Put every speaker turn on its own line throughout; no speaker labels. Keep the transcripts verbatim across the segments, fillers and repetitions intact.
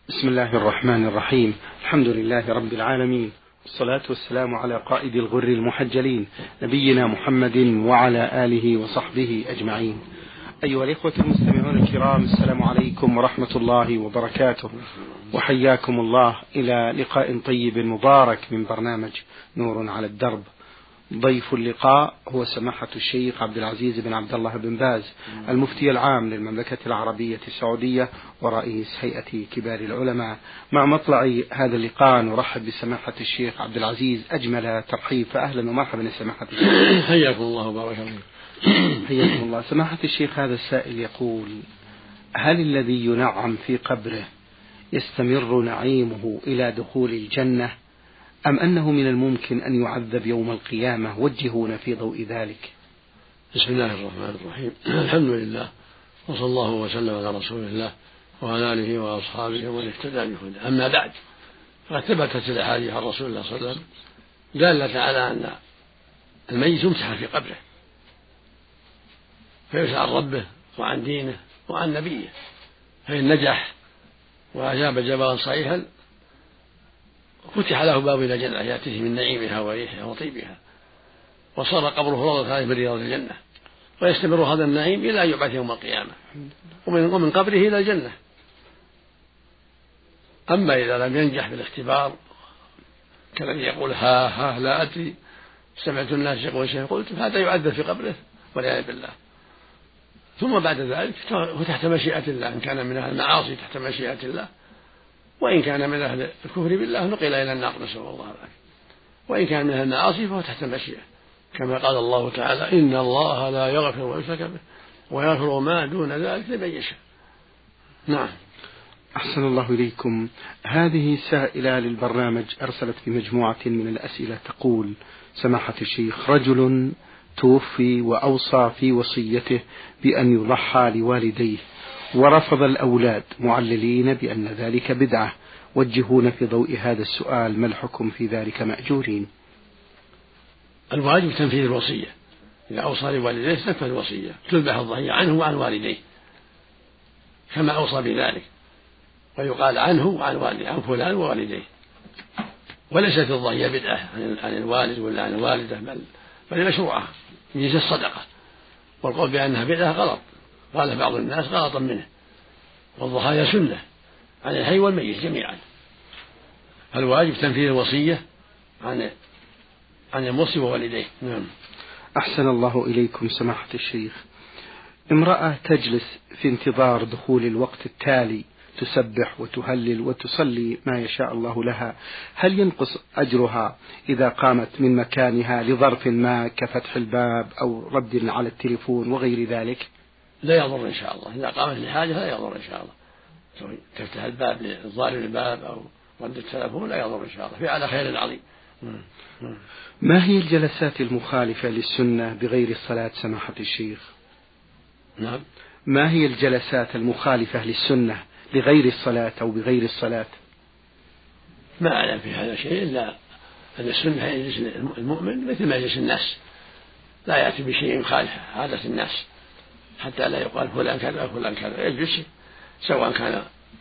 بسم الله الرحمن الرحيم. الحمد لله رب العالمين، والصلاة والسلام على قائد الغر المحجلين نبينا محمد وعلى آله وصحبه أجمعين. أيها الإخوة المستمعون الكرام، السلام عليكم ورحمة الله وبركاته، وحياكم الله إلى لقاء طيب مبارك من برنامج نور على الدرب. ضيف اللقاء هو سماحة الشيخ عبد العزيز بن عبد الله بن باز، المفتي العام للمملكة العربية السعودية ورئيس هيئة كبار العلماء. مع مطلع هذا اللقاء نرحب بسماحة الشيخ عبد العزيز أجمل ترحيب، فأهلا ومرحبا سماحة الشيخ.
حياكم الله وبارك فيكم.
حياكم الله. سماحة الشيخ، هذا السائل يقول: هل الذي ينعم في قبره يستمر نعيمه إلى دخول الجنة، أم أنه من الممكن أن يعذب يوم القيامة؟ وجهونا في ضوء ذلك.
بسم الله الرحمن الرحيم. الحمد لله، وصلى الله وسلم على رسول الله وعلى آله وأصحابه ومن اهتدى بهداه. أما بعد، فقد ثبتت الأحاديث عن رسول الله صلى الله عليه وسلم دالة على أن الميت يمسح في قبره فيسأل عن ربه وعن دينه وعن نبيه، فإن نجح وأجاب جوابا صحيحا فتح له باب إلى الجنة يأتيه من نعيمها وريحها وطيبها، وصار قبره روضة من رياض الجنة، ويستمر هذا النعيم إلى أن يبعث يوم القيامة ومن قبره إلى الجنة. أما إذا لم ينجح في الاختبار كالذي يقول ها ها لا أدري، سمعت الناس يقول شيء قلت، هذا يعذب في قبره والعياذ بالله. ثم بعد ذلك تحت مشيئة الله، إن كان من أهل المعاصي تحت مشيئة الله، وإن كان من أهل الكفر بالله نقل إلى النار، نسأل الله العافية. وإن كان من أهل المعاصي فهو تحت المشيئة، كما قال الله تعالى: إن الله لا يغفر ويشرك به ويغفر ما دون ذلك لمن يشاء. نعم.
أحسن الله إليكم. هذه سائلة للبرنامج أرسلت بمجموعة من الأسئلة تقول: سماحة الشيخ، رجل توفي وأوصى في وصيته بأن يضحى لوالديه ورفض الأولاد معللين بأن ذلك بدعة، وجهونا في ضوء هذا السؤال، ما الحكم في ذلك مأجورين؟
الواجب تنفيذ الوصية، إذا أوصى لوالديه تنفذ الوصية، تذبح الضحية عنه وعن والديه كما أوصى بذلك، ويقال عنه وعن والديه، عن فلان ووالديه. وليست الضحية بدعة عن الوالد ولا عن الوالدة، بل بل مشروعة من جنس الصدقة، والقول بأنها بدعة غلط، قال بعض الناس غلطا منه، والضحايا سنة عن الحي والميت جميعا. فالواجب تنفيذ الوصية عن عن الموصي ووالديه. نعم.
أحسن الله إليكم سماحة الشيخ. امرأة تجلس في انتظار دخول الوقت التالي تسبح وتهلل وتصلي ما يشاء الله لها، هل ينقص أجرها إذا قامت من مكانها لظرف ما كفتح الباب أو رد على التليفون وغير ذلك؟
لا يضر إن شاء الله، إذا قامت لحاجة لا يضر إن شاء الله، تفتح الباب للظالم الباب أو رد التليفون لا يضر إن شاء الله، في على خير عظيم.
ما هي الجلسات المخالفة للسنة بغير الصلاة سماحة الشيخ؟
نعم.
ما هي الجلسات المخالفة للسنة بغير الصلاة أو بغير الصلاة؟
ما أعلم في هذا شيء، إلا أن السنة يجلس المؤمن مثل ما يجلس الناس، لا يأتي بشيء خالف عادة الناس، حتى لا يقال فلان كذا فلان كذا، يجلس سواء كان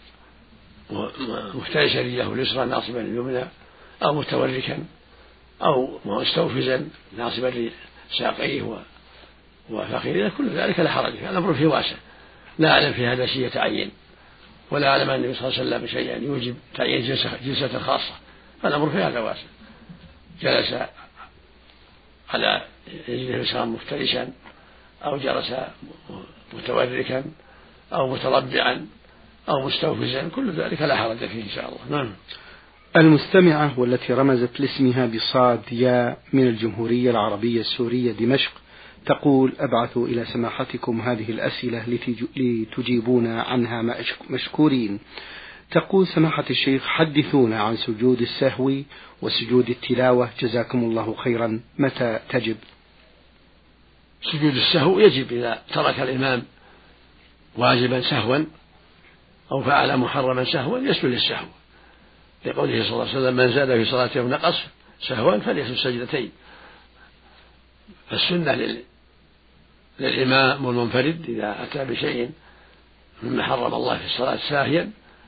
مفترشا رجله اليسرى ناصبا اليمنى، أو متوركا، أو مستوفزا ناصبا لساقيه وفخذه، كل ذلك لا حرج فيه، الأمر فيه واسع. لا أعلم في هذا شيء يتعين، ولا أعلم أن النبي صلى الله عليه وسلم شيئا يوجب تعيين جلسة, جلسة خاصة، فالأمر في هذا واسع. جلس على رجله اليسرى مفترشا، أو جلس متوركا، أو متربعا، أو مستوفزا، كل ذلك لا حرج فيه إن شاء الله. نعم.
المستمعة والتي رمزت لاسمها بصاد يا من الجمهورية العربية السورية دمشق تقول: أبعث إلى سماحتكم هذه الأسئلة لتجيبونا عنها مشكورين. تقول: سماحة الشيخ، حدثونا عن سجود السهو وسجود التلاوة جزاكم الله خيرا، متى تجب؟
سجود السهو يجب إذا ترك الإمام واجبا سهوا أو فعل محرما سهوا يسجد للسهو، لقوله صلى الله عليه وسلم: من زاد في صلاته أو نقص سهوا فليسجد سجدتين. فالسنة للإمام والمنفرد إذا أتى بشيء مما حرم الله في الصلاة ساهيا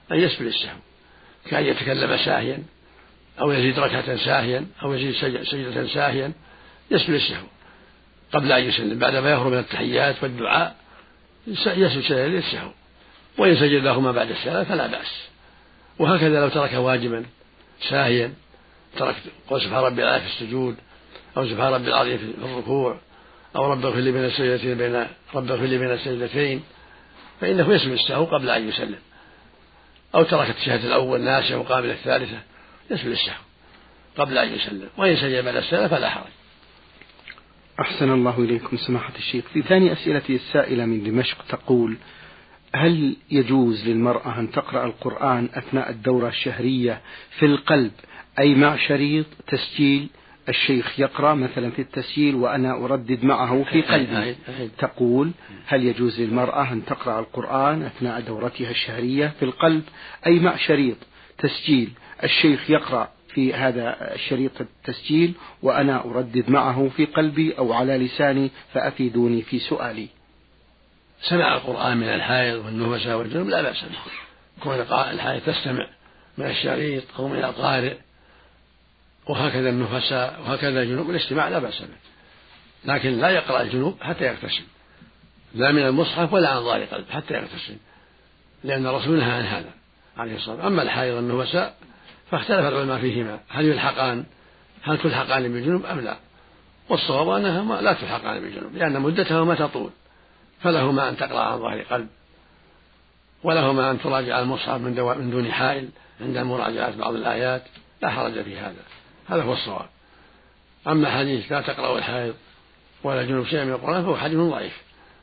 أن يسبل السهو، كأن يتكلم ساهيا أو يزيد ركعة ساهيا أو يزيد سجدة ساهيا، يسبل السهو قبل أن يسلم، بعدما يفرغ من التحيات والدعاء يسبل سجدة السهو، وإن سجد لهما بعد السلام فلا بأس. وهكذا لو ترك واجبا ساهيا، ترك قول سبحان ربي الأعلى في السجود، أو سبحان ربي العظيم في الركوع، أو رب اغفر لي بين السجدتين بين رب اغفر لي بين السجدتين، فإنه يسبل السهو قبل أن يسلم. أو ترك التشهد الأول ناسيا وقام إلى الثالثة، يسبل السهو قبل أن يسلم، وإن سجد بعد السلام فلا حرج.
أحسن الله إليكم سماحة الشيخ. في ثاني أسئلتي السائلة من دمشق تقول: هل يجوز للمرأة أن تقرأ القرآن أثناء الدورة الشهرية في القلب، أي مع شريط تسجيل الشيخ يقرأ مثلا في التسجيل وأنا أردد معه في قلبي؟ تقول: هل يجوز للمرأة أن تقرأ القرآن أثناء دورتها الشهرية في القلب، أي مع شريط تسجيل الشيخ يقرأ في هذا الشريط التسجيل وأنا أردد معه في قلبي أو على لساني، فأفيدوني في سؤالي.
سمع القرآن من الحائض والنفساء والجنوب لا بأس به، كون الحائض تستمع من الشريط أو من القارئ، وهكذا النفساء وهكذا الجنوب الاستماع لا بأس به، لكن لا يقرأ الجنوب حتى يغتسل، لا من المصحف ولا عن ظهر قلب حتى يغتسل، لأن الرسول نهى عن هذا عليه الصلاة والسلام. أما الحائض والنفساء فاختلف العلماء فيهما، هل يلحقان هل تلحقان بالجنوب أم لا؟ والصواب أنها لا تلحقان بالجنوب، لأن مدتهما تطول، فلهما أن تقرأ عن ظهر قلب، ولهما أن تراجع المصحف من, من دون حائل عند مراجعة بعض الآيات، لا حرج في هذا، هذا هو الصواب. أما حديث لا تقرأ الحائض ولا جنوب شيء من القرآن فهو حديث ضعيف.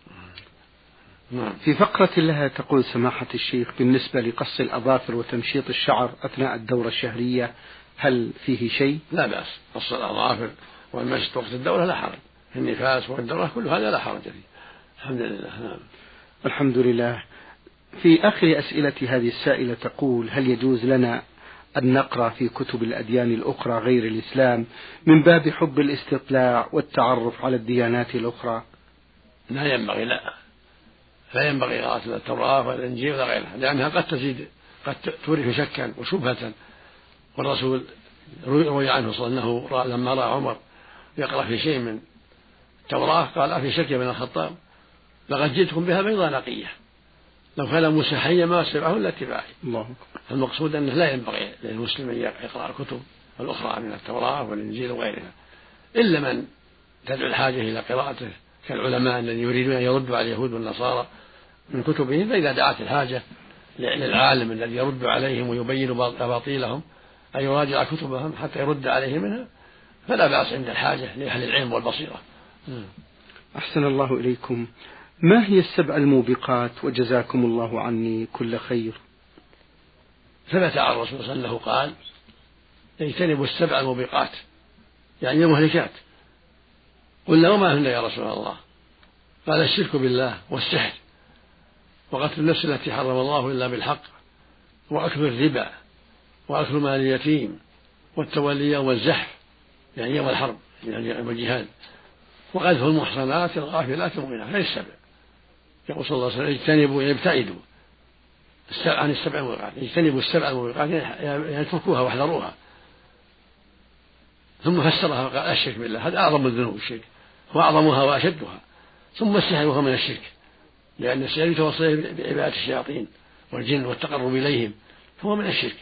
في فقرة لها تقول سماحة الشيخ: بالنسبة لقص الأظافر وتمشيط الشعر أثناء الدورة الشهرية هل فيه شيء؟
لا بأس، قص الأظافر والمشط وقت الدورة لا حرج، في النفاس والدورة كل هذا لا حرج فيه، الحمد لله. نعم.
الحمد لله. في آخر أسئلة هذه السائلة تقول: هل يجوز لنا أن نقرأ في كتب الأديان الأخرى غير الإسلام من باب حب الاستطلاع والتعرف على الديانات الأخرى؟
لا ينبغي، لا لا ينبغي قراءة التوراة والإنجيل ولا غيرها، لأنها قد تزيد قد تورث شكا وشبهة. والرسول روي عنه صلى الله عليه وسلم لما رأى عمر يقرأ في شيء من التوراة قال: أفي شك بن الخطاب لقد جئتكم بها بيضاء نقية، لو كان موسى حيا ما سمعه إلا اتباعي. المقصود أنه لا ينبغي للمسلم أن يقرأ الكتب الأخرى من التوراة والإنجيل وغيرها، إلا من تدعو الحاجة إلى قراءته كالعلماء الذين يريدون أن يردوا على اليهود والنصارى من كتبهم، فإذا دعت الحاجة للعالم الذي يرد عليهم ويبين أباطيلهم أن يراجع كتبهم حتى يرد عليهم منها فلا بأس عند الحاجة لأهل العلم والبصيرة.
أحسن الله إليكم. ما هي السبع الموبقات وجزاكم الله عني كل خير؟
ثبت عن الرسول صلى الله عليه وسلم قال: اجتنبوا السبع الموبقات، يعني المهلكات. قلنا: وما هن يا رسول الله؟ قال: الشرك بالله والسحر وقتل النفس التي حرم الله إلا بالحق وأكل الربا وأكل مال اليتيم والتولي يوم الزحف يعني يوم الحرب يعني يوم الجهاد وقذف المحصنات الغافلات المؤمنات. هذه السبع. يقول صلى الله عليه وسلم: اجتنبوا يبتعدوا عن السبع الموبقات، اجتنبوا السبع الموبقات يعني اتركوها واحذروها. ثم فسرها وقال: الشرك بالله، هذا أعظم الذنوب الشرك وأعظمها وأشدها. ثم السحر وهو من الشرك، لأن السحر يتوصل بعبادة الشياطين والجن والتقرب إليهم، فهو من الشرك.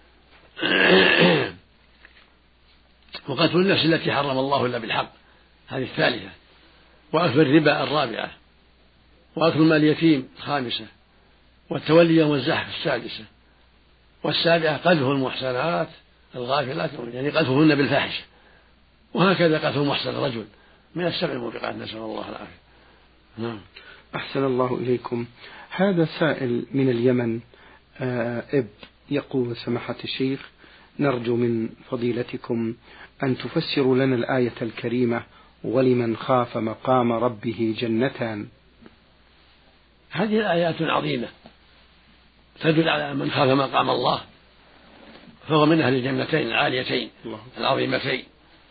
وقتل النفس التي حرم الله إلا بالحق، هذه الثالثة. وأكل الربا الرابعة. وأكل مال اليتيم الخامسة. والتولي يوم الزحف السادسة. والسابعة قذف المحسنات الغافلات يعني قذفهن بالفاحشة. وهكذا قذف محسن الرجل من السبع الموبقات، نسأل الله العافية. نعم.
أحسن الله إليكم. هذا سائل من اليمن آه إب يقول: سماحة الشيخ، نرجو من فضيلتكم أن تفسروا لنا الآية الكريمة: ولمن خاف مقام ربه جنتان.
هذه الآيات عظيمة تدل على من خاف مقام الله فهو من أهل الجنتين العاليتين العظيمتين،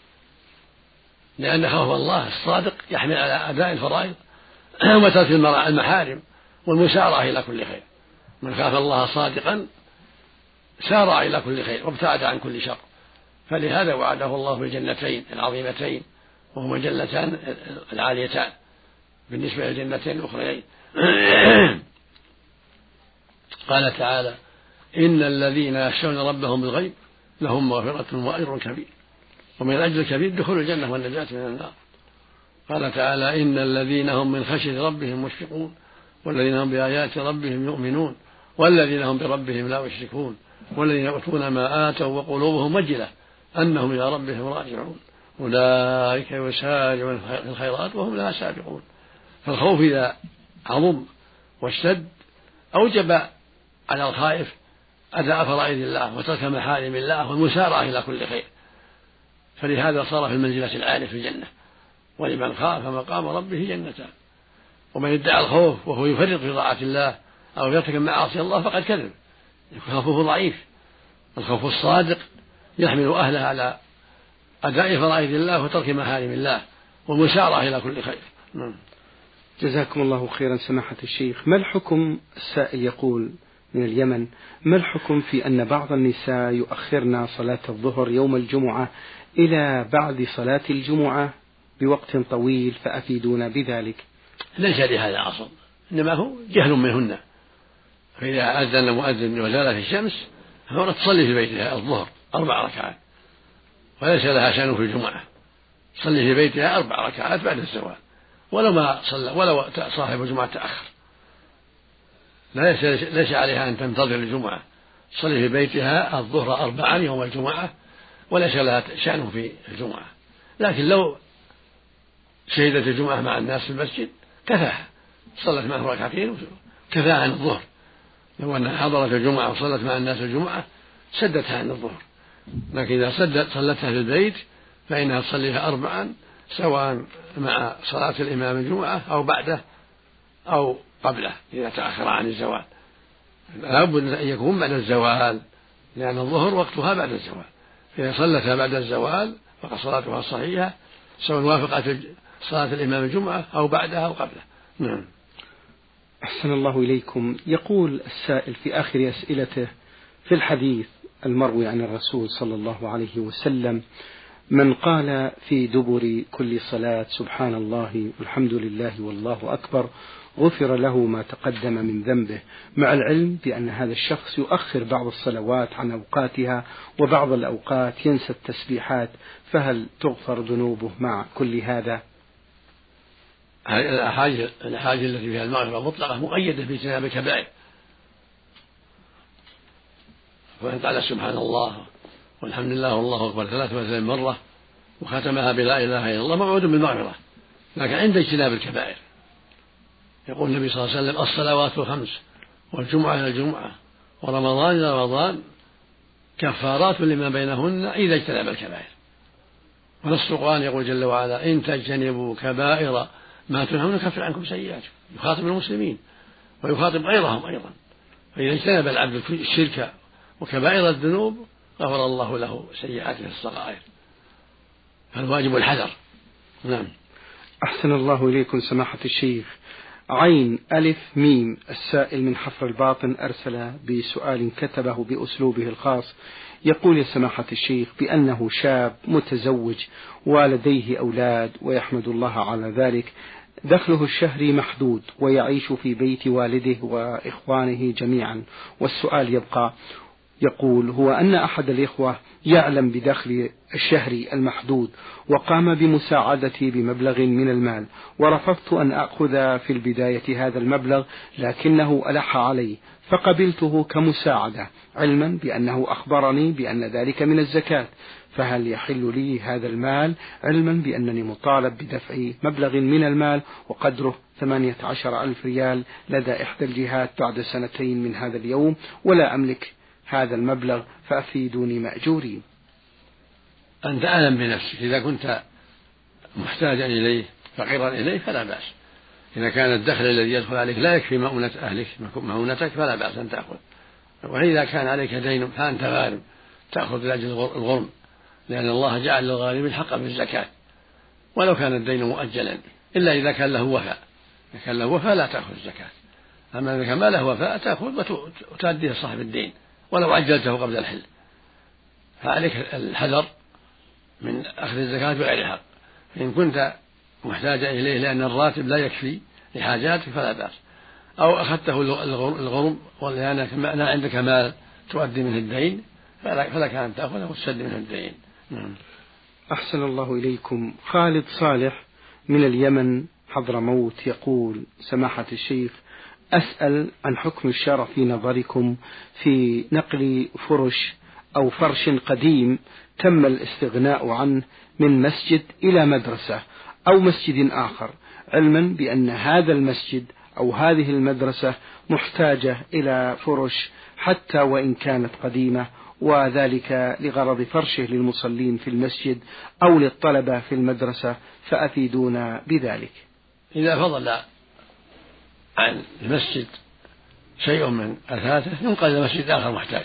لأن خوف الله الصادق يحمل على أداء الفرائض وترك المحارم والمسارعة إلى كل خير. من خاف الله صادقا سارع إلى كل خير وابتعد عن كل شر، فلهذا وعده الله بالجنتين العظيمتين وهما الجنتان العاليتان بالنسبة للجنتين الأخريين. قال تعالى: إن الذين يخشون ربهم بالغيب لهم مغفرة وأجر كبير، ومن الأجر الكبير دخول الجنة والنجاة من النار. قال تعالى: إن الذين هم من خشية ربهم مشفقون والذين هم بآيات ربهم يؤمنون والذين هم بربهم لا يشركون والذين يؤتون ما آتوا وقلوبهم وجلة أنهم إلى ربهم راجعون أولئك يسارعون في الخيرات وهم لها سابقون. فالخوف إذا عظم واشتد أوجب على الخائف أداء فرائض الله وترك محارم الله والمسارعة إلى كل خير، فلهذا صار في المنزلة العالية في الجنة. ولمن خاف مقام ربه جنتان. ومن ادعى الخوف وهو يفرط في طاعة الله أو يرتكب معاصي الله فقد كذب، خوفه ضعيف. الخوف الصادق يحمل أهله على أداء فرائض الله وترك محارم الله والمسارعة إلى كل خير.
جزاكم الله خيرا سماحة الشيخ. ما الحكم؟ السائل يقول من اليمن: ما الحكم في أن بعض النساء يؤخرن صلاة الظهر يوم الجمعة إلى بعد صلاة الجمعة بوقت طويل، فأفيدونا بذلك؟
ليس لهذا أصل، إنما هو جهل منهن. فإذا أذن مؤذن وزالت الشمس فهو تصلي في بيتها الظهر أربع ركعات وليس لها شأن في الجمعة، تصلي في بيتها أربع ركعات بعد الزوال ولو ما صلى ولو صاحب الجمعة تأخر، ليس ليس عليها أن تنتظر الجمعة، تصلي في بيتها الظهر أربعا يوم الجمعة وليس لها شأن في الجمعة. لكن لو شهدت الجمعة مع الناس في المسجد كفاها، صلت معهم ركعتين كفاها عن الظهر. لو أنها حضرت الجمعة وصلت مع الناس الجمعة سدتها عن الظهر، لكن إذا سدت صلتها في البيت فإنها تصليها أربعا سواء مع صلاة الإمام الجمعة أو بعده أو قبله إذا تأخر عن الزوال. لابد أن يكون بعد الزوال، لأن الظهر وقتها بعد الزوال، إذا صلتها بعد الزوال فقد صلاتها صحيحة سواء وافقت صلاة الإمام الجمعة أو بعدها أو قبله. نعم.
أحسن الله إليكم. يقول السائل في آخر أسئلته: في الحديث المروي عن الرسول صلى الله عليه وسلم: من قال في دبر كل صلاة سبحان الله والحمد لله والله أكبر غفر له ما تقدم من ذنبه، مع العلم بأن هذا الشخص يؤخر بعض الصلوات عن أوقاتها وبعض الأوقات ينسى التسبيحات، فهل تغفر ذنوبه مع كل هذا؟
الأحاديث التي فيها المغفرة مطلقة مقيدة باجتناب الكبائر، فإن قال سبحان الله والحمد لله والله أكبر ثلاث وثلاثين مرة وختمها بلا إله إلا الله موعود بالمغفرة، لكن عند اجتناب الكبائر. يقول النبي صلى الله عليه وسلم: الصلوات الخمس والجمعة إلى الجمعة ورمضان إلى رمضان كفارات لما بينهن إذا اجتنب الكبائر. ونص القرآن يقول جل وعلا: إن تجتنبوا كبائر ما تنهون نكفر عنكم سيئاتكم. يخاطب المسلمين ويخاطب غيرهم أيضا، فإذا اجتنب العبد الشرك وكبائر الذنوب غفر الله له سيئاته الصغائر، فالواجب الحذر. نعم.
أحسن الله إليكم سماحة الشيخ. عين ألف ميم السائل من حفر الباطن أرسل بسؤال كتبه بأسلوبه الخاص. يقول: يا سماحة الشيخ بأنه شاب متزوج ولديه أولاد ويحمد الله على ذلك، دخله الشهري محدود ويعيش في بيت والده وإخوانه جميعا، والسؤال يبقى. يقول: هو أن أحد الإخوة يعلم بدخل الشهري المحدود وقام بمساعدتي بمبلغ من المال، ورفضت أن أخذ في البداية هذا المبلغ لكنه ألح علي فقبلته كمساعدة، علما بأنه أخبرني بأن ذلك من الزكاة، فهل يحل لي هذا المال علما بأنني مطالب بدفع مبلغ من المال وقدره ثمانية عشر ألف ريال لدى إحدى الجهات بعد سنتين من هذا اليوم، ولا أملك هذا المبلغ فأفيدوني مأجورين؟
أنت أعلم بنفسك، إذا كنت محتاجا إليه فقيرا إليه فلا بأس. إذا كان الدخل الذي يدخل عليك لا يكفي مؤونة أهلك مؤونتك فلا بأس أن تأخذ، وإذا كان عليك دين فأنت غارم تأخذ لأجل الغرم، لأن الله جعل للغارم حقا في الزكاة ولو كان الدين مؤجلا، إلا إذا كان له وفاء. إذا كان له وفاء لا تأخذ الزكاة، أما إذا كان ما له وفاء تأخذ وتؤديه صاحب الدين ولو عجلته قبل الحل، فعليك الحذر من أخذ الزكاة بغير حق. فإن كنت محتاجا إليه لأن الراتب لا يكفي لحاجاتك فلا بأس، أو أخذته الغرم ولأنك لا عندك مال تؤدي منه الدين فلك أن تأخذه وتسد منه الدين.
أحسن الله إليكم. خالد صالح من اليمن حضرموت يقول: سماحة الشيخ، أسأل عن حكم الشرع في نظركم في نقل فرش أو فرش قديم تم الاستغناء عنه من مسجد إلى مدرسة أو مسجد آخر، علما بأن هذا المسجد أو هذه المدرسة محتاجة إلى فرش حتى وإن كانت قديمة، وذلك لغرض فرشه للمصلين في المسجد أو للطلبة في المدرسة، فأفيدونا بذلك.
إذا فضل عن المسجد شيء من أثاثه ينقل إلى مسجد آخر محتاج،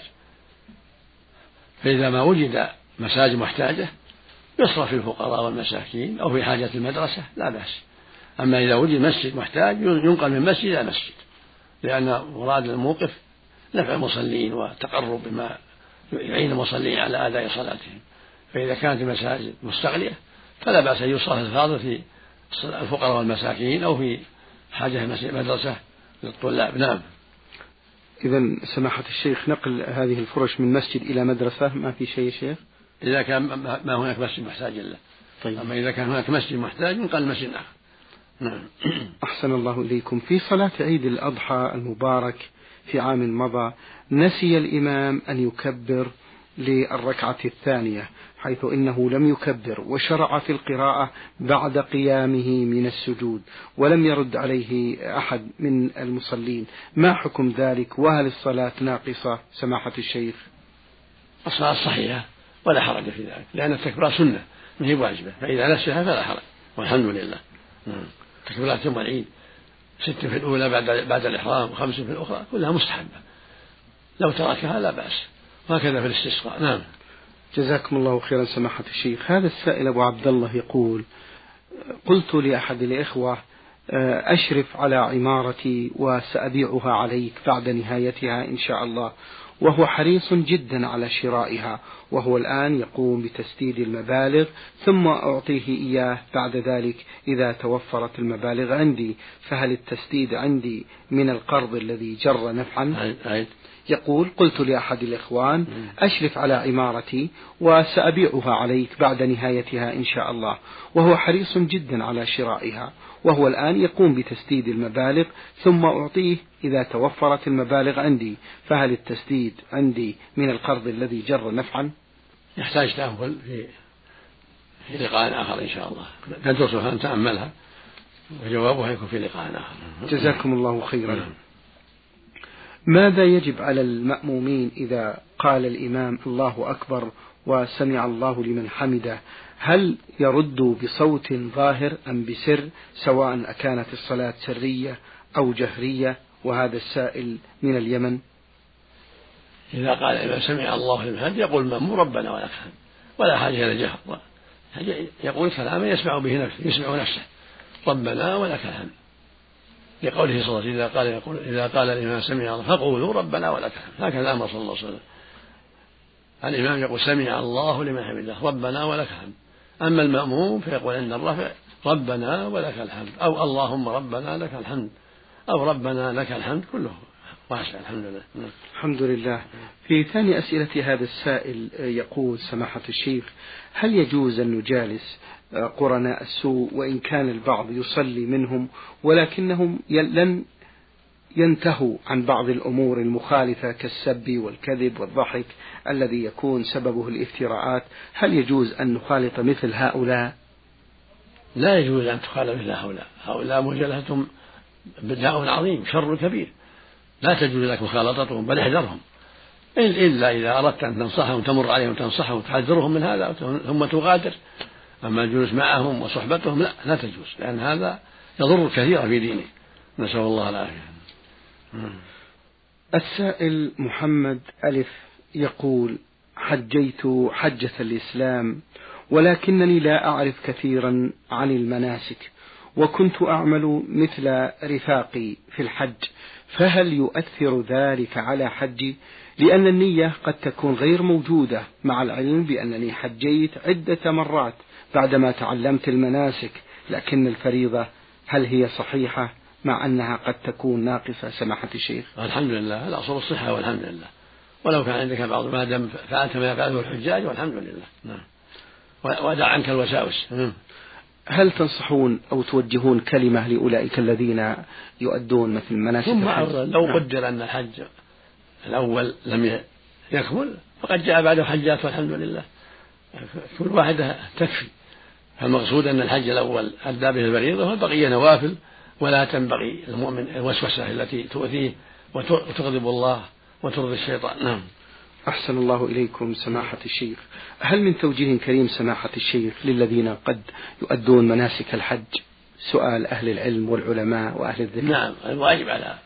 فإذا ما وجد مساجد محتاجة يصرف في الفقراء والمساكين أو في حاجة المدرسة لا بأس. أما إذا وجد مسجد محتاج ينقل من مسجد إلى مسجد، لأن مراد الموقف نفع المصلين والتقرب بما يعين المصلين على أداء صلاتهم. فإذا كانت المساجد مستغنية فلا بأس أن يصرف الفاضل في الفقراء والمساكين أو في حاجة مدرسة للطلاب. نعم.
إذن سماحة الشيخ نقل هذه الفرش من مسجد إلى مدرسة ما في شيء شيخ؟
إذا كان ما هناك مسجد محتاج له.
طيب.
أما إذا كان هناك مسجد محتاج ينقل المسجد آخر. نعم.
أحسن الله إليكم. في صلاة عيد الأضحى المبارك في عام مضى نسي الإمام أن يكبر للركعة الثانية، حيث إنه لم يكبر وشرع في القراءة بعد قيامه من السجود ولم يرد عليه أحد من المصلين، ما حكم ذلك؟ وهل الصلاة ناقصة سماحة الشيخ؟
الصلاة صحيحة ولا حرج في ذلك، لأن التكبير سنة ما هي واجبة، فإذا نسيها فلا حرج والحمد لله. تكبيرات يوم العيد ست في الأولى بعد بعد الإحرام وخمس في الأخرى كلها مستحبة، لو تركها لا بأس، وهكذا في الاستسقاء. نعم.
جزاكم الله خيرا سماحة الشيخ. هذا السائل أبو عبد الله يقول: قلت لأحد الإخوة أشرف على عمارتي وسأبيعها عليك بعد نهايتها إن شاء الله، وهو حريص جدا على شرائها، وهو الآن يقوم بتسديد المبالغ ثم أعطيه إياه بعد ذلك إذا توفرت المبالغ عندي، فهل التسديد عندي من القرض الذي جر نفعا؟ يقول: قلت لأحد الإخوان أشرف على عمارتي وسأبيعها عليك بعد نهايتها إن شاء الله، وهو حريص جدا على شرائها، وهو الآن يقوم بتسديد المبالغ ثم أعطيه إذا توفرت المبالغ عندي، فهل التسديد عندي من القرض الذي جر نفعا؟
يحتاج تأمل في في لقاء آخر إن شاء الله، ندرسها نتأملها وجوابها يكون في لقاء آخر.
جزاكم الله خيرا. ماذا يجب على المأمومين إذا قال الإمام الله أكبر وسمع الله لمن حمده؟ هل يردوا بصوت ظاهر أم بسر، سواء أكانت الصلاة سرية أو جهرية؟ وهذا السائل من اليمن.
إذا قال الإمام سمع الله لمن حمده يقول المأموم ربنا ولك الحمد، ولا حاجة إلى جهر، يقول كلاما يسمع به نفسه يسمع نفسه ربنا ولك الحمد، لقوله صلى الله عليه وسلم إذا قال يقول إذا قال الإمام سمع الله فقولوا ربنا ولك الحمد، هكذا أمر صلى الله عليه وسلم. الإمام يقول سمع الله لمن حمده ربنا ولك الحمد، أما المأموم فيقول عند الرفع ربنا ولك الحمد، أو اللهم ربنا لك الحمد، أو ربنا لك الحمد، كله واسع. الحمد لله.
الحمد لله. في ثاني أسئلة هذا السائل يقول سماحة الشيخ: هل يجوز أن نجالس قرناء السوء وإن كان البعض يصلي منهم ولكنهم لن ينتهوا عن بعض الأمور المخالفة كالسب والكذب والضحك الذي يكون سببه الافتراءات؟ هل يجوز أن نخالط مثل هؤلاء؟
لا يجوز أن تخالط مثل هؤلاء، هؤلاء مجالستهم بداء عظيم، شر كبير، لا تجوز لك مخالطتهم، بل احذرهم، إلا إذا أردت أن تنصحهم تمر عليهم وتنصحهم وتحذرهم من هذا ثم تغادر. أما الجلوس معهم وصحبتهم لا لا تجوز، لأن هذا يضر كثيرا في دينه، نسأل الله العافية.
السائل محمد ألف يقول: حجيت حجة الإسلام ولكنني لا أعرف كثيرا عن المناسك، وكنت أعمل مثل رفاقي في الحج، فهل يؤثر ذلك على حجي؟ لأن النية قد تكون غير موجودة مع العلم بأنني حجيت عدة مرات بعدما تعلمت المناسك، لكن الفريضة هل هي صحيحة مع أنها قد تكون ناقصة سماحة الشيخ؟
الحمد لله، الأصل الصحة والحمد لله، ولو كان عندك بعض ما دام فعلت ما يفعله الحجاج والحمد لله. نعم. ودع عنك الوساوس.
هل تنصحون أو توجهون كلمة لأولئك الذين يؤدون مثل مناسك الحج؟
لو قدر أن الحج الأول لم يكمل فقد جاء بعده حجات والحمد لله، كل واحدة تكفي. فالمقصود أن الحج الأول أدى به الفريضة والبقية نوافل، ولا تنبغي المؤمن الوسوسة التي تؤذيه وتغضب الله وترضي الشيطان. نعم.
أحسن الله إليكم سماحة الشيخ. هل من توجيه كريم سماحة الشيخ للذين قد يؤدون مناسك الحج سؤال أهل العلم والعلماء وأهل الذكر؟
نعم، الواجب على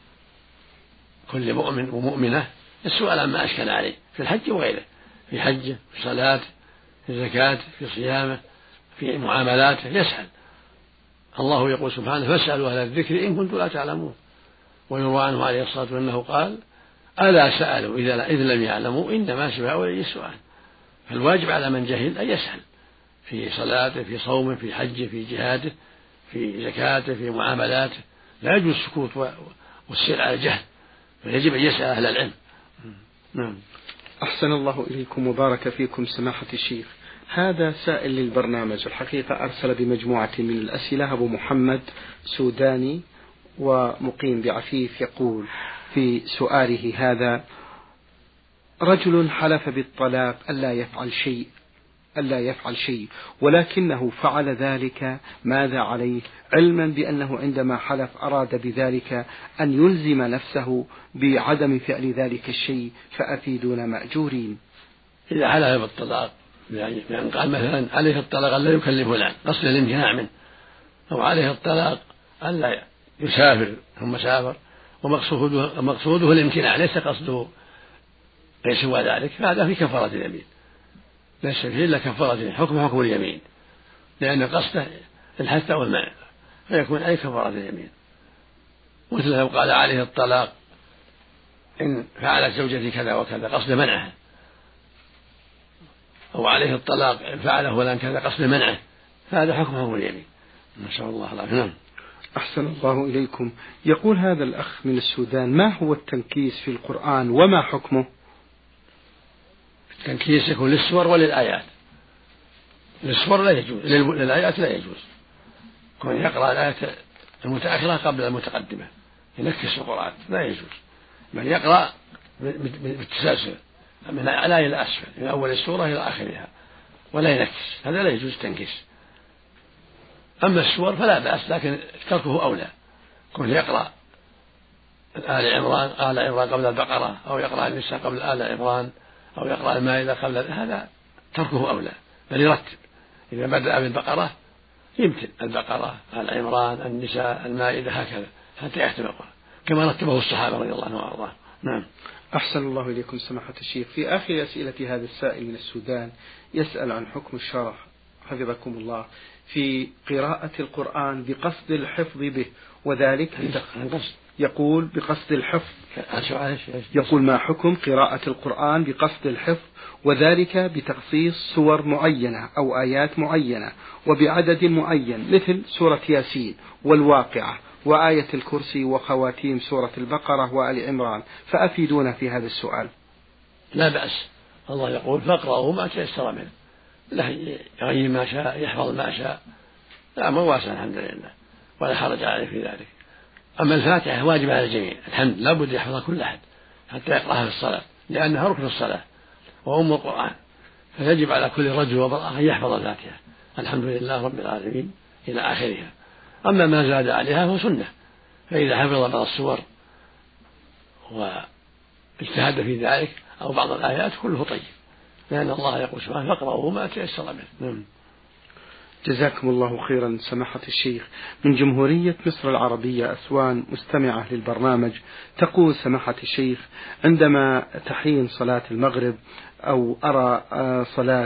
كل مؤمن ومؤمنة السؤال عما أشكل عليه في الحج وغيره، في حجه، في صلاته، في زكاته، في صيامه، في معاملاته، يسأل. الله يقول سبحانه: فاسألوا أهل الذكر إن كنتم لا تعلمون. ويروى عنه عليه الصلاة والسلام أنه قال: ألا سألوا إذ لم يعلموا إنما شفاء ولي السؤال. فالواجب على من جهل أن يسأل في صلاته، في صومه، في حجه، في جهاده، في زكاته، في معاملاته. لا يجوز السكوت والسير على الجهل، فيجب أن يسأل أهل العلم.
نعم. أحسن الله إليكم وبارك فيكم سماحة الشيخ. هذا سائل للبرنامج الحقيقة أرسل بمجموعة من الأسئلة، أبو محمد سوداني ومقيم بعفيف، يقول في سؤاله هذا: رجل حلف بالطلاق ألا يفعل شيء ألا يفعل شيء ولكنه فعل ذلك، ماذا عليه؟ علما بأنه عندما حلف أراد بذلك أن يلزم نفسه بعدم فعل ذلك الشيء، فأفيدونا مأجورين.
إذا حلف بالطلاق يعني قال مثلا عليه الطلاق ألا يكلفه الآن قصد الامتناع منه، أو عليه الطلاق ألا يسافر ثم سافر ومقصوده مقصوده الامتناع ليس قصده ليس سوى ذلك، فهذا في كفارة اليمين، ليس فيه إلا كفارة اليمين، حكم حكم اليمين، لأن قصده الحث أو المنع، فيكون أي كفارة اليمين. مثل لو قال عليه الطلاق إن فعلت زوجتي كذا وكذا قصد منعها، أو عليه الطلاق إن فعله فلان كذا قصد منعه، فهذا حكم حكم اليمين. نسأل الله العافية. نعم.
أحسن الله إليكم. يقول هذا الأخ من السودان: ما هو التنكيس في القرآن وما حكمه؟
التنكيس يكون للسور وللآيات. للسور لا يجوز، للآيات لا يجوز. كون يقرأ الآيات المتأخرة قبل المتقدمة ينكس القرآن لا يجوز، بل يقرأ بالتسلسل من الأعلى إلى أسفل، من أول السورة إلى آخرها، ولا ينكس، هذا لا يجوز التنكيس. أما السور فلا بأس، لكن تركه أولى. كون يقرأ آل عمران آل عمران قبل البقرة، أو يقرأ النساء قبل آل عمران، أو يقرأ المائدة قبل، هذا تركه أولى، بل يرتب. إذا بدأ بالبقرة يمتن البقرة آل عمران النساء المائدة هكذا حتى يختم القرآن كما رتبه الصحابة رضي الله عنهم وأرضاهم. نعم.
أحسن الله إليكم سماحة الشيخ. في آخر أسئلة هذا السائل من السودان يسأل عن حكم الشرع حفظكم الله في قراءة القرآن بقصد الحفظ به، وذلك يقول بقصد الحفظ. يقول: ما حكم قراءة القرآن بقصد الحفظ وذلك بتخصيص سور معينة أو آيات معينة وبعدد معين، مثل سورة ياسين والواقعة وآية الكرسي وخواتيم سورة البقرة وآل عمران، فأفيدونا في هذا السؤال.
لا بأس، الله يقول: فاقرأوا ما تيسر منه، له يغير ما شاء يحفظ ما شاء، لا من واسع الحمد لله ولا حرج عليه في ذلك. أما الفاتحة واجب على الجميع، الحمد لا بد يحفظها كل أحد حتى يقرأها في الصلاة، لأنها ركن الصلاة وأم القرآن، فيجب على كل رجل وامرأة أن يحفظ الفاتحة الحمد لله رب العالمين إلى آخرها. أما ما زاد عليها فهو سنة، فإذا حفظ بعض السور واجتهد في ذلك أو بعض الآيات كله طيب، لأن الله يقول سبحانه: فاقرأوا ما تيسر منه.
جزاكم الله خيرا سماحة الشيخ. من جمهورية مصر العربية أسوان مستمعة للبرنامج تقول: سماحة الشيخ، عندما تحين صلاة المغرب أو أرى صلاة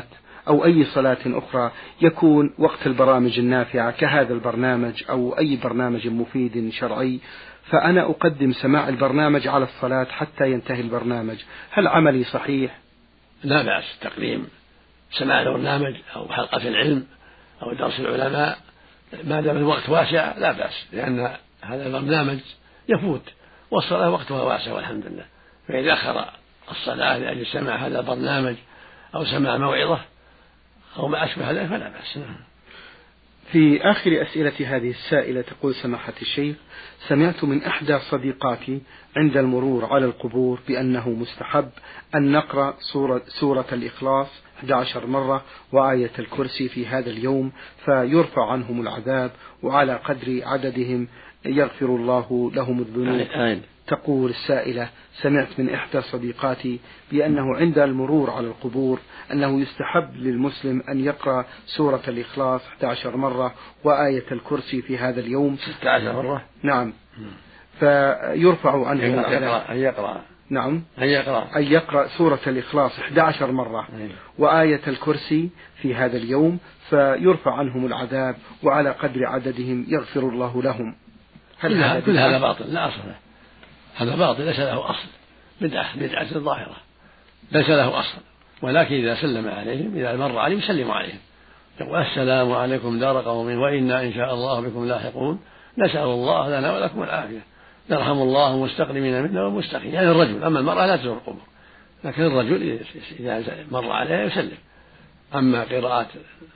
أو أي صلاة أخرى يكون وقت البرامج النافعة كهذا البرنامج أو أي برنامج مفيد شرعي، فأنا أقدم سماع البرنامج على الصلاة حتى ينتهي البرنامج، هل عملي صحيح؟
لا بأس تقديم سماع البرنامج أو حلقة العلم أو درس العلماء ما دام الوقت واسع لا بأس، لأن هذا البرنامج يفوت والصلاة وقتها واسع والحمد لله. فإذا أخر الصلاة لأجل سماع هذا البرنامج أو سماع موعظة أو ما أشبه ذلك فلا بأس.
في آخر أسئلة هذه السائلة تقول سماحة الشيخ: سمعت من إحدى صديقاتي عند المرور على القبور بأنه مستحب أن نقرأ سورة, سورة الإخلاص إحدى عشرة مرة وآية الكرسي في هذا اليوم فيرفع عنهم العذاب وعلى قدر عددهم يغفر الله لهم الذنوب. تقول السائلة: سمعت من إحدى صديقاتي بأنه عند المرور على القبور أنه يستحب للمسلم أن يقرأ سورة الإخلاص إحدى عشرة مرة وآية الكرسي في هذا اليوم.
ستة عشر مرة.
نعم. فيرفع عنه العذاب.
أن يقرأ.
نعم.
أن يقرأ.
أن يقرأ سورة الإخلاص إحدى عشرة مرة وآية الكرسي في هذا اليوم فيرفع عنهم العذاب وعلى قدر عددهم يغفر الله لهم.
هل هذا كل هذا باطل لا أصل له، هذا باطل ليس له أصل، بدعة بدعة ظاهرة ليس له أصل، ولكن إذا سلم عليهم إذا مر عليهم يسلم عليهم يقول: السلام عليكم دار قوم وإنا إن شاء الله بكم لاحقون، نسأل الله لنا ولكم العافية، يرحم الله المستقدمين منا والمستقيم. يعني الرجل، أما المرأة لا تزور القبور، لكن الرجل إذا مر عليها يسلم. أما قراءة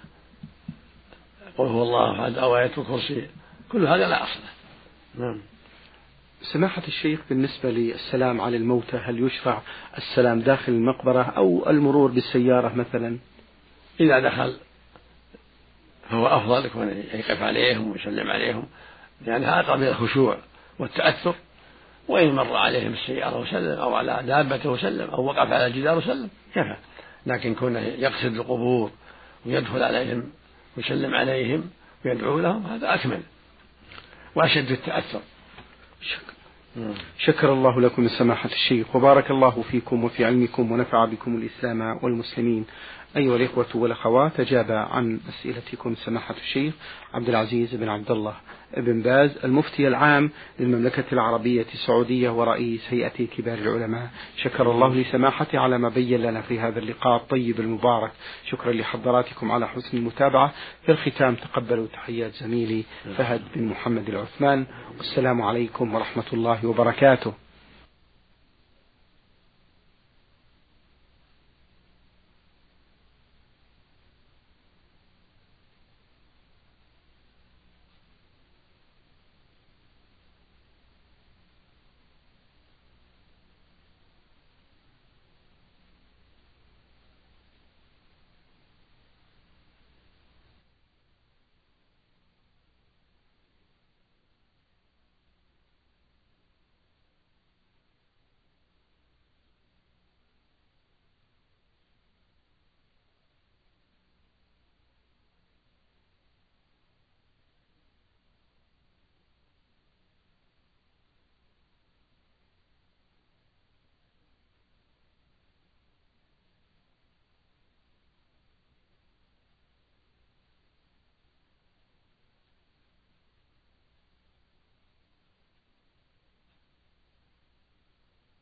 قل هو الله أحد أو آية الكرسي كل هذا لا أصل له. نعم.
سماحة الشيخ، بالنسبة للسلام على الموتى هل يشرع السلام داخل المقبرة أو المرور بالسيارة مثلا؟
إذا دخل فهو أفضل يكون يقف عليهم ويسلم عليهم، لأن هذا أقرب إلى الخشوع والتأثر. وإن مر عليهم السيارة وسلم أو على دابته وسلم أو وقف على الجدار وسلم كفى، لكن كونه يقصد القبور ويدخل عليهم ويسلم عليهم ويدعو لهم هذا أكمل وأشد التأثر.
شكرا. شكر الله لكم سماحة الشيخ وبارك الله فيكم وفي علمكم ونفع بكم الإسلام والمسلمين. أيها الإخوة والأخوات، أجاب عن أسئلتكم سماحة الشيخ عبد العزيز بن عبد الله بن باز المفتي العام للمملكة العربية السعودية ورئيس هيئة كبار العلماء. شكر الله لسماحته على ما بين لنا في هذا اللقاء الطيب المبارك. شكرا لحضراتكم على حسن المتابعة. في الختام تقبلوا تحيات زميلي فهد بن محمد العثمان، والسلام عليكم ورحمة الله وبركاته.